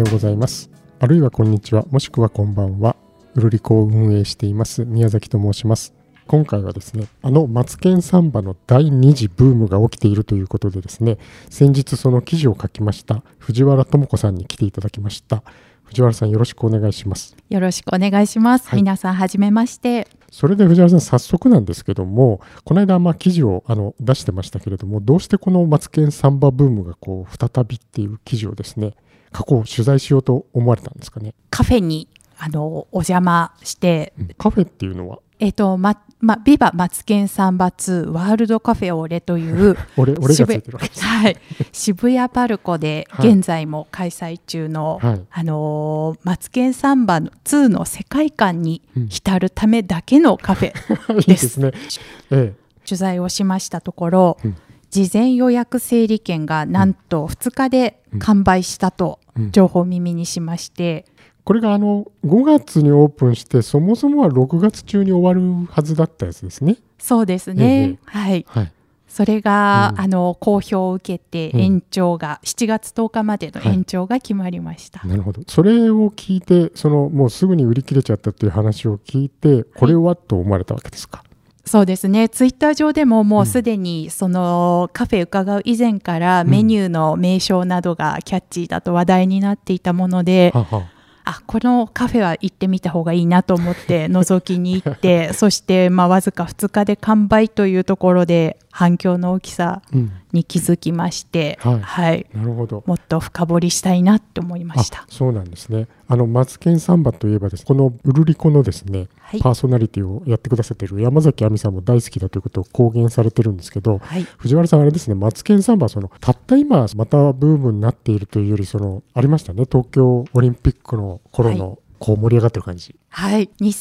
ようございます。あるいはこんにちは、もしくはこんばんは。うるりこを運営しています宮崎と申します。今回はですね、マツケンサンバの第2次ブームが起きているということでですね、先日その記事を書きました藤原智子さんに来ていただきました。藤原さん、よろしくお願いします。 よろしくお願いします、はい、皆さんはじめまして。 それで藤原さん、早速なんですけども、この間記事を出してましたけれども、どうしてこのマツケンサンバブームが再びっていう記事をですね、過去取材しようと思われたんですかね。 カフェにお邪魔して、 カフェっていうのはビバマツケンサンバ2ワールドカフェオレという俺がついてるわけです、 はい、渋谷パルコで現在も開催中の、はい、マツケンサンバ2の世界観に浸るためだけのカフェです。 いいですね。 取材をしましたところ、事前予約整理券がなんと2日で完売したと情報を耳にしまして、 これが5月にオープンして、そもそもは6月中に終わるはずだったやつですね。 そうですね、はい、はい、それが、好評を受けて延長が、7月10日までの延長が決まりました、 なるほど。それを聞いて、もうすぐに売り切れちゃったっていう話を聞いて、これはと思われたわけですか。 そうですね、ツイッター上でももうすでにそのカフェ伺う以前からメニューの名称などがキャッチーだと話題になっていたもので、このカフェは行ってみた方がいいなと思って覗きに行ってそしてわずか2日で完売というところで反響の大きさに気づきまして、はい、なるほど。もっと深掘りしたいなと思いました。 そうなんですね。マツケンサンバといえばですね、このうるりこのですね、パーソナリティをやってくださっている山崎亜美さんも大好きだということを公言されてるんですけど、藤原さん、あれですね、マツケンサンバはたった今またブームになっているというより、ありましたね、東京オリンピックの頃の、盛り上がってる感じ。 はい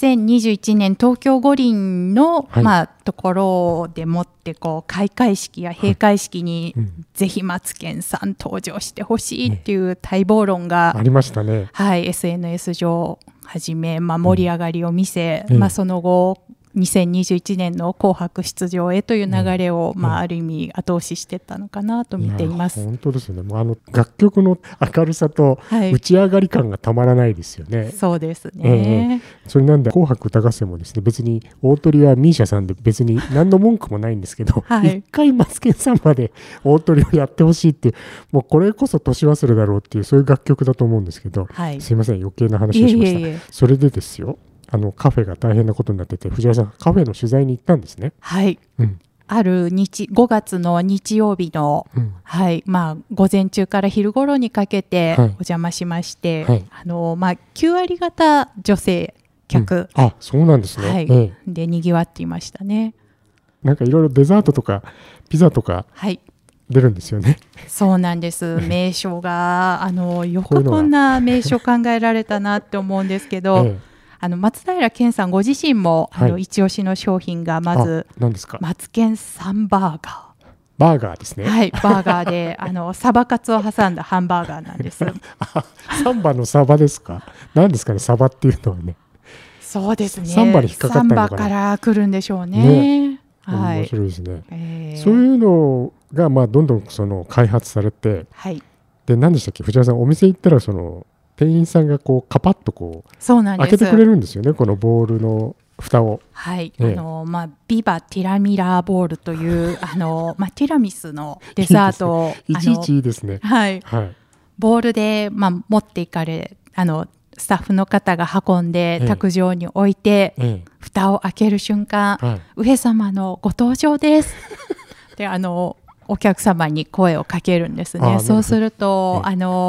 、2021年東京五輪の、ところでもって開会式や閉会式に、ぜひマツケンさん登場してほしいっていう待望論が、 ありましたね。 はい、SNS 上はじめ、盛り上がりを見せ、その後2021年の紅白出場へという流れを、ある意味後押ししていったのかなと見ています。 本当ですよね。楽曲の明るさと打ち上がり感がたまらないですよね。 そうですね。 それなんで紅白歌合戦もですね、別に大トリはミーシャさんで別に何の文句もないんですけど、一回マツケンサンバで大トリをやってほしいっていう、もうこれこそ年忘れだろうっていう、そういう楽曲だと思うんですけど、すいません、余計な話をしました。それでですよ、カフェが大変なことになってて、藤原さんカフェの取材に行ったんですね。 はい、ある5月の日曜日の、午前中から昼頃にかけてお邪魔しまして、9割方女性客、 そうなんですね、 でにぎわっていましたね。 なんかいろいろデザートとかピザとか、出るんですよね。 そうなんです。名称がよくこんな名称考えられたなって思うんですけど、松平健さんご自身も、一押しの商品がまず何ですか？ マツケンサンバーガー。 バーガーですね。 はい、バーガーでサバカツを挟んだハンバーガーなんです。 サンバのサバですか？何ですかね、サバっていうのはね。 そうですね。 サンバに引っかかったのかな。 サンバから来るんでしょうね。 面白いですね。そういうのがどんどん開発されて、で何でしたっけ、藤原さん、お店行ったら店員さんがカパッと開けてくれるんですよね、このボールの蓋を。 はい、ビバティラミラーボールというティラミスのデザートをいちいちいいですね。 ボールで、持っていかれスタッフの方が運んで卓上に置いて、蓋を開ける瞬間、上様のご登場ですでお客様に声をかけるんですね。そうすると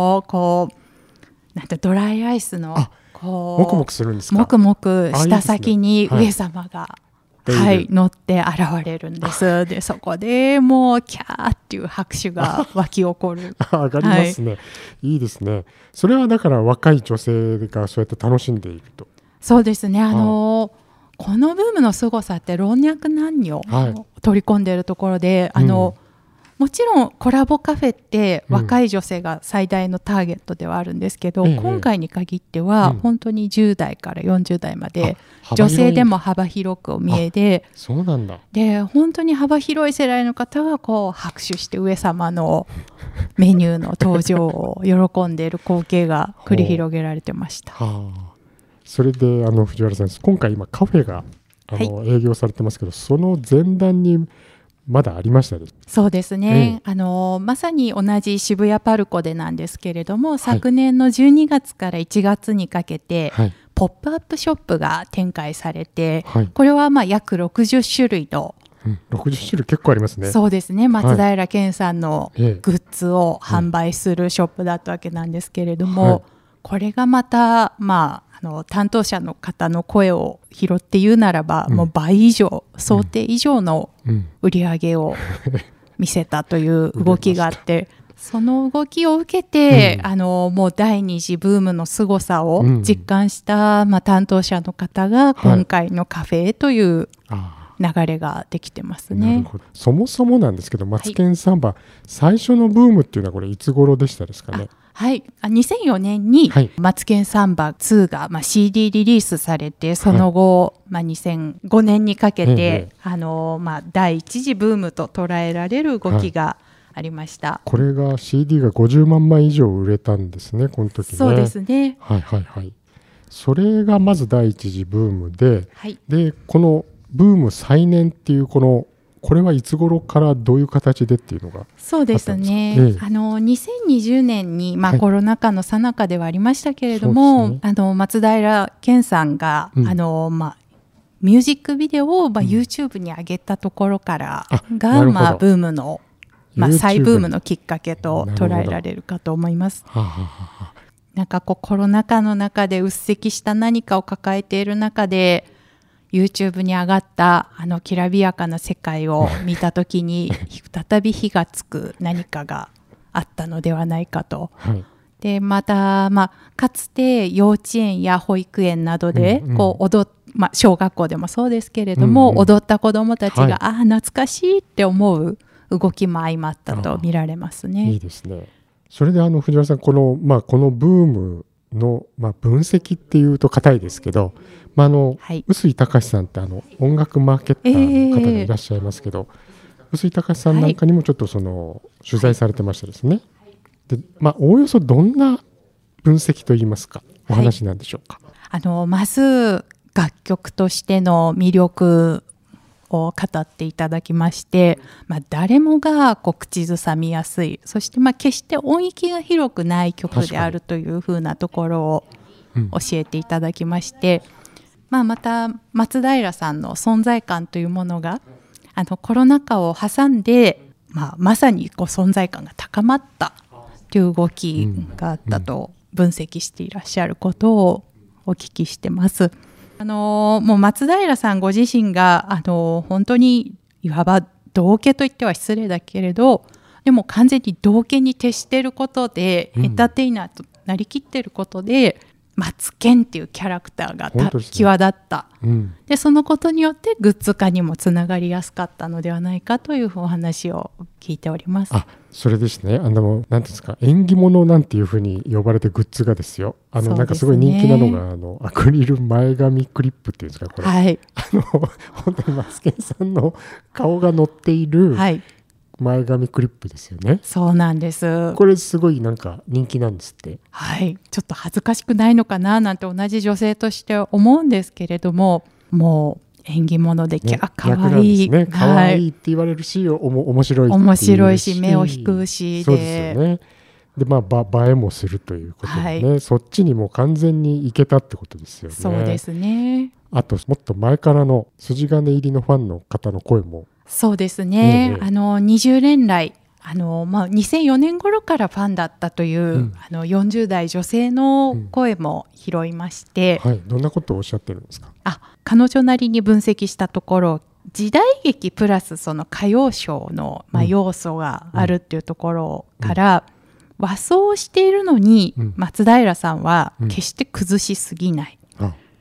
なんてドライアイスのもくもくするんですか？ もくもくした先に上様が乗って現れるんです。でそこでもうキャーっていう拍手が湧き起こる。 上がりますね、いいですね。それはだから若い女性がそうやって楽しんでいると。 そうですね。このブームの凄さって老若男女を取り込んでいるところで、ももちろんコラボカフェって若い女性が最大のターゲットではあるんですけど、今回に限っては本当に10代から40代まで女性でも幅広くお見えで、 そうなんだ。 で本当に幅広い世代の方がこう拍手して上様のメニューの登場を喜んでいる光景が繰り広げられてました。 それで藤原さん、今回今カフェが営業されてますけど、その前段にまだありましたね。 そうですね、まさに同じ渋谷パルコでなんですけれども、昨年の12月から1月にかけて、ポップアップショップが展開されて、これは約60種類の、 60種類結構ありますね。 そうですね、松平健さんのグッズを販売するショップだったわけなんですけれども、これがまた担当者の方の声を拾って言うならば、もう倍以上、想定以上の売り上げを見せたという動きがあって、その動きを受けて、もう第二次ブームの凄さを実感した、担当者の方が今回のカフェという流れができてますね。 なるほど。そもそもなんですけど、マツケンサンバ、最初のブームっていうのはこれいつ頃でしたですかね。 2004年にマツケンサンバ2がCD リリースされて、その後、2005年にかけて、第一次ブームと捉えられる動きがありました。 これが CD が50万枚以上売れたんですね、この時ね。 そうですね。 それがまず第一次ブームで、でこのブーム再燃っていうこれはいつ頃からどういう形でっていうのがあったんですか？ そうですね、2020年に、コロナ禍の最中ではありましたけれども、松平健さんが、ミュージックビデオを、YouTube に上げたところからが、ブームの、再ブームのきっかけと捉えられるかと思います。なんかコロナ禍の中でうっせきした何かを抱えている中で、YouTube に上がったきらびやかな世界を見たときに再び火がつく何かがあったのではないかと。でまた、かつて幼稚園や保育園などで小学校でもそうですけれども、踊った子どもたちが、懐かしいって思う動きも相まったと見られますね。 いいですね。それで藤原さん、このブームの、分析っていうと硬いですけど、臼井隆さんって音楽マーケッターの方でいらっしゃいますけど、臼井隆さんなんかにもちょっと取材されてましたですね。でおおよそどんな分析といいますかお話なんでしょうか？ まず楽曲としての魅力を語っていただきまして、誰もが口ずさみやすい、そして決して音域が広くない曲であるというふうなところを教えていただきまして、また松平さんの存在感というものがコロナ禍を挟んで、まさに存在感が高まったという動きがあったと分析していらっしゃることをお聞きしてます。もう松平さんご自身が本当にいわば道家といっては失礼だけれど、でも完全に道家に徹していることで、エンターテイナーとなりきっていることで、マツケンっていうキャラクターが際立った、でそのことによってグッズ化にもつながりやすかったのではないかというお話を聞いております。 それですね。なんていうんですか、縁起物なんていうふうに呼ばれてグッズがですよ。なんかすごい人気なのがアクリル前髪クリップっていうんですか、これ。本当にマツケンさんの顔が載っている、前髪クリップですよね。 そうなんです。 これすごいなんか人気なんですって。 ちょっと恥ずかしくないのかななんて同じ女性として思うんですけれども、もう縁起物でかわいい、 かわいいって言われるし、面白いっていうし、 面白いし目を引くしそうですよね。で映えもするということでね、そっちにも完全にいけたってことですよね。 そうですね。 あともっと前からの筋金入りのファンの方の声も。 そうですね、20年来2004年頃からファンだったという、40代女性の声も拾いまして、 どんなことをおっしゃってるんですか？ 彼女なりに分析したところ、時代劇プラスその歌謡ショーの、要素があるっていうところから、和装をしているのに、松平さんは決して崩しすぎない、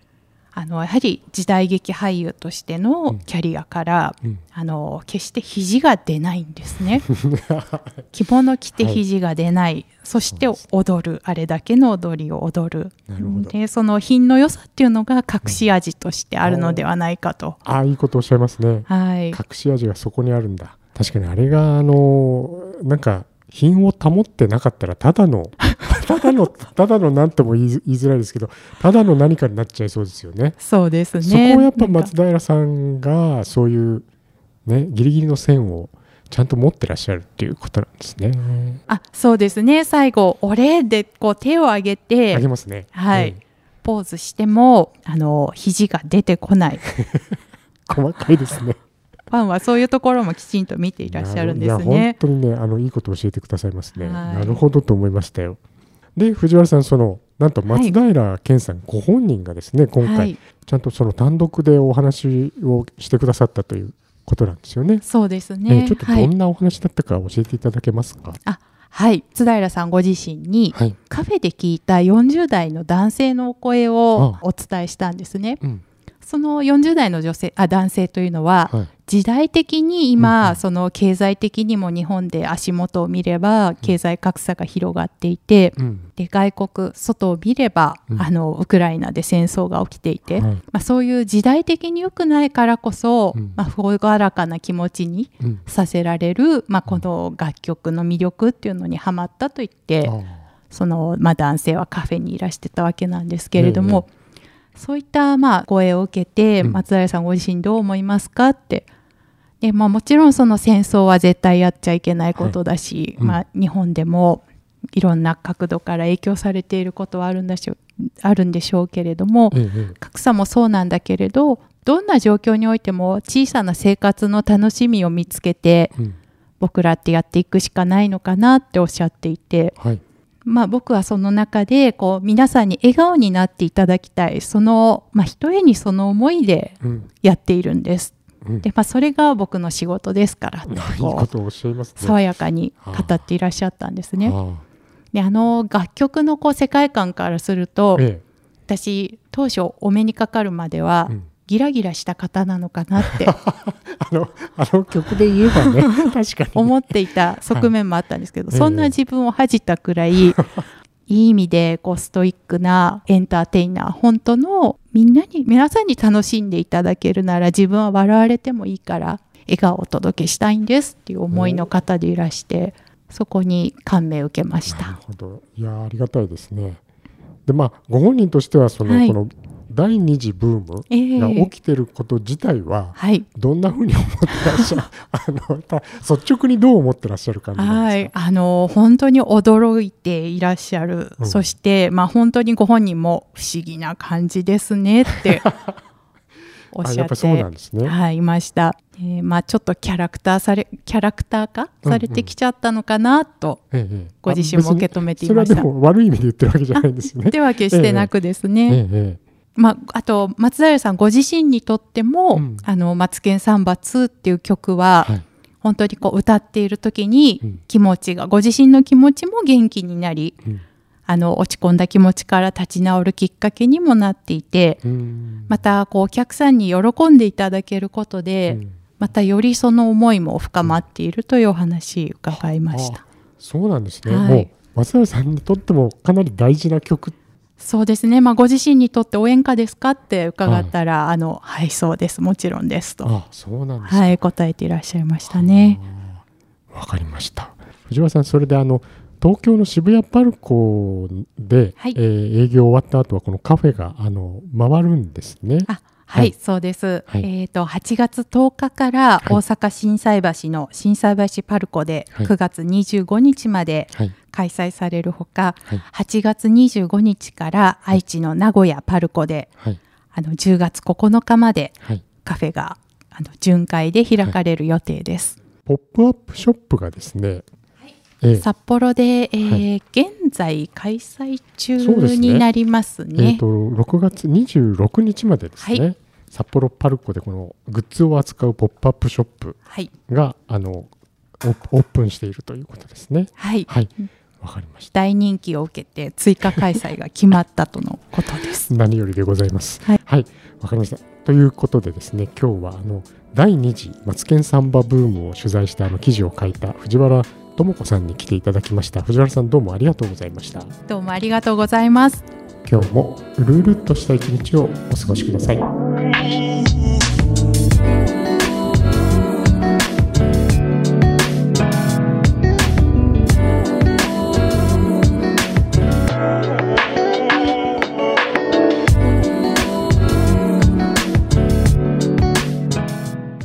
やはり時代劇俳優としてのキャリアから、決して肘が出ないんですね。着物着て肘が出ない、そして踊る、あれだけの踊りを踊る。でその品の良さっていうのが隠し味としてあるのではないかと。 いいことおっしゃいますね。隠し味がそこにあるんだ。確かにあれがなんか品を保ってなかったらただのなんとも言いづらいですけど、ただの何かになっちゃいそうですよね。 そうですね。 そこをやっぱ松平さんがそういうねギリギリの線をちゃんと持ってらっしゃるっていうことなんですね。 そうですね。最後お礼でこう手を挙げて上げますね。 ポーズしても肘が出てこない。 細かいですね。 ファンはそういうところもきちんと見ていらっしゃるんですね。 いや本当にねいいことを教えてくださいますね。なるほどと思いましたよ。で藤原さんなんと松平健さんご本人がですね今回ちゃんと単独でお話をしてくださったということなんですよね。 そうですね。 ちょっとどんなお話だったか教えていただけますか。 津平さんご自身に、カフェで聞いた40代の男性のお声をお伝えしたんですね。その40代の男性というのは、時代的に今、その経済的にも日本で足元を見れば経済格差が広がっていて、で外国外を見れば、ウクライナで戦争が起きていて、そういう時代的に良くないからこそ、朗らかな気持ちにさせられる、この楽曲の魅力っていうのにハマったと言って、男性はカフェにいらしてたわけなんですけれども、そういった声を受けて、松平さんご自身どう思いますかって。でもちろんその戦争は絶対やっちゃいけないことだし、日本でもいろんな角度から影響されていることはあるんでしょうけれども、格差もそうなんだけれど、どんな状況においても小さな生活の楽しみを見つけて、僕らってやっていくしかないのかなっておっしゃっていて、僕はその中で皆さんに笑顔になっていただきたい、ひとえにその思いでやっているんです。でそれが僕の仕事ですからって爽やかに語っていらっしゃったんですね。で楽曲の世界観からすると、私当初お目にかかるまでは、ギラギラした方なのかなってあの曲で言えばね確かに思っていた側面もあったんですけど、そんな自分を恥じたくらい、いい意味でストイックなエンターテイナー、本当の皆さんに楽しんでいただけるなら自分は笑われてもいいから笑顔をお届けしたいんですっていう思いの方でいらして、そこに感銘を受けました。 なるほど。いやありがたいですね。でご本人としてはこの第二次ブームが起きてること自体はどんなふうに思ってらっしゃる率直にどう思ってらっしゃる感じなんですか。 本当に驚いていらっしゃる、そして本当にご本人も不思議な感じですねっておっしゃっていました。ちょっとキャラクター化されてきちゃったのかなと、ご自身も受け止めていました。 それはでも悪い意味で言ってるわけじゃないんですよね。 では決してなくですね。あと松平さんご自身にとっても、マツケンサンバ2っていう曲は、本当に歌っている時に気持ちが、ご自身の気持ちも元気になり、落ち込んだ気持ちから立ち直るきっかけにもなっていて、またお客さんに喜んでいただけることで、またよりその思いも深まっているというお話伺いました。 そうなんですね。もう松平さんにとってもかなり大事な曲。 そうですね。ご自身にとって応援歌ですかって伺ったら、はいそうです、もちろんですと、 そうなんですか。 答えていらっしゃいましたね。 わかりました。藤原さん、それで東京の渋谷パルコで、営業終わった後はこのカフェが回るんですね。 そうです。8月10日から大阪心斎橋の心斎橋パルコで9月25日まで開催されるほか、8月25日から愛知の名古屋パルコで、10月9日までカフェが巡回で開かれる予定です。 ポップアップショップがですね、 札幌で、現在開催中になりますね。 6月26日までですね、札幌パルコでこのグッズを扱うポップアップショップが、オープンしているということですね。 わかりました。 大人気を受けて追加開催が決まったとのことです。 何よりでございます。 はい、 はい、わかりました。ということでですね、今日は第2次マツケンサンバブームを取材した記事を書いた藤原智子さんに来ていただきました。藤原さん、どうもありがとうございました。 どうもありがとうございます。 今日もうるうるっとした一日をお過ごしください。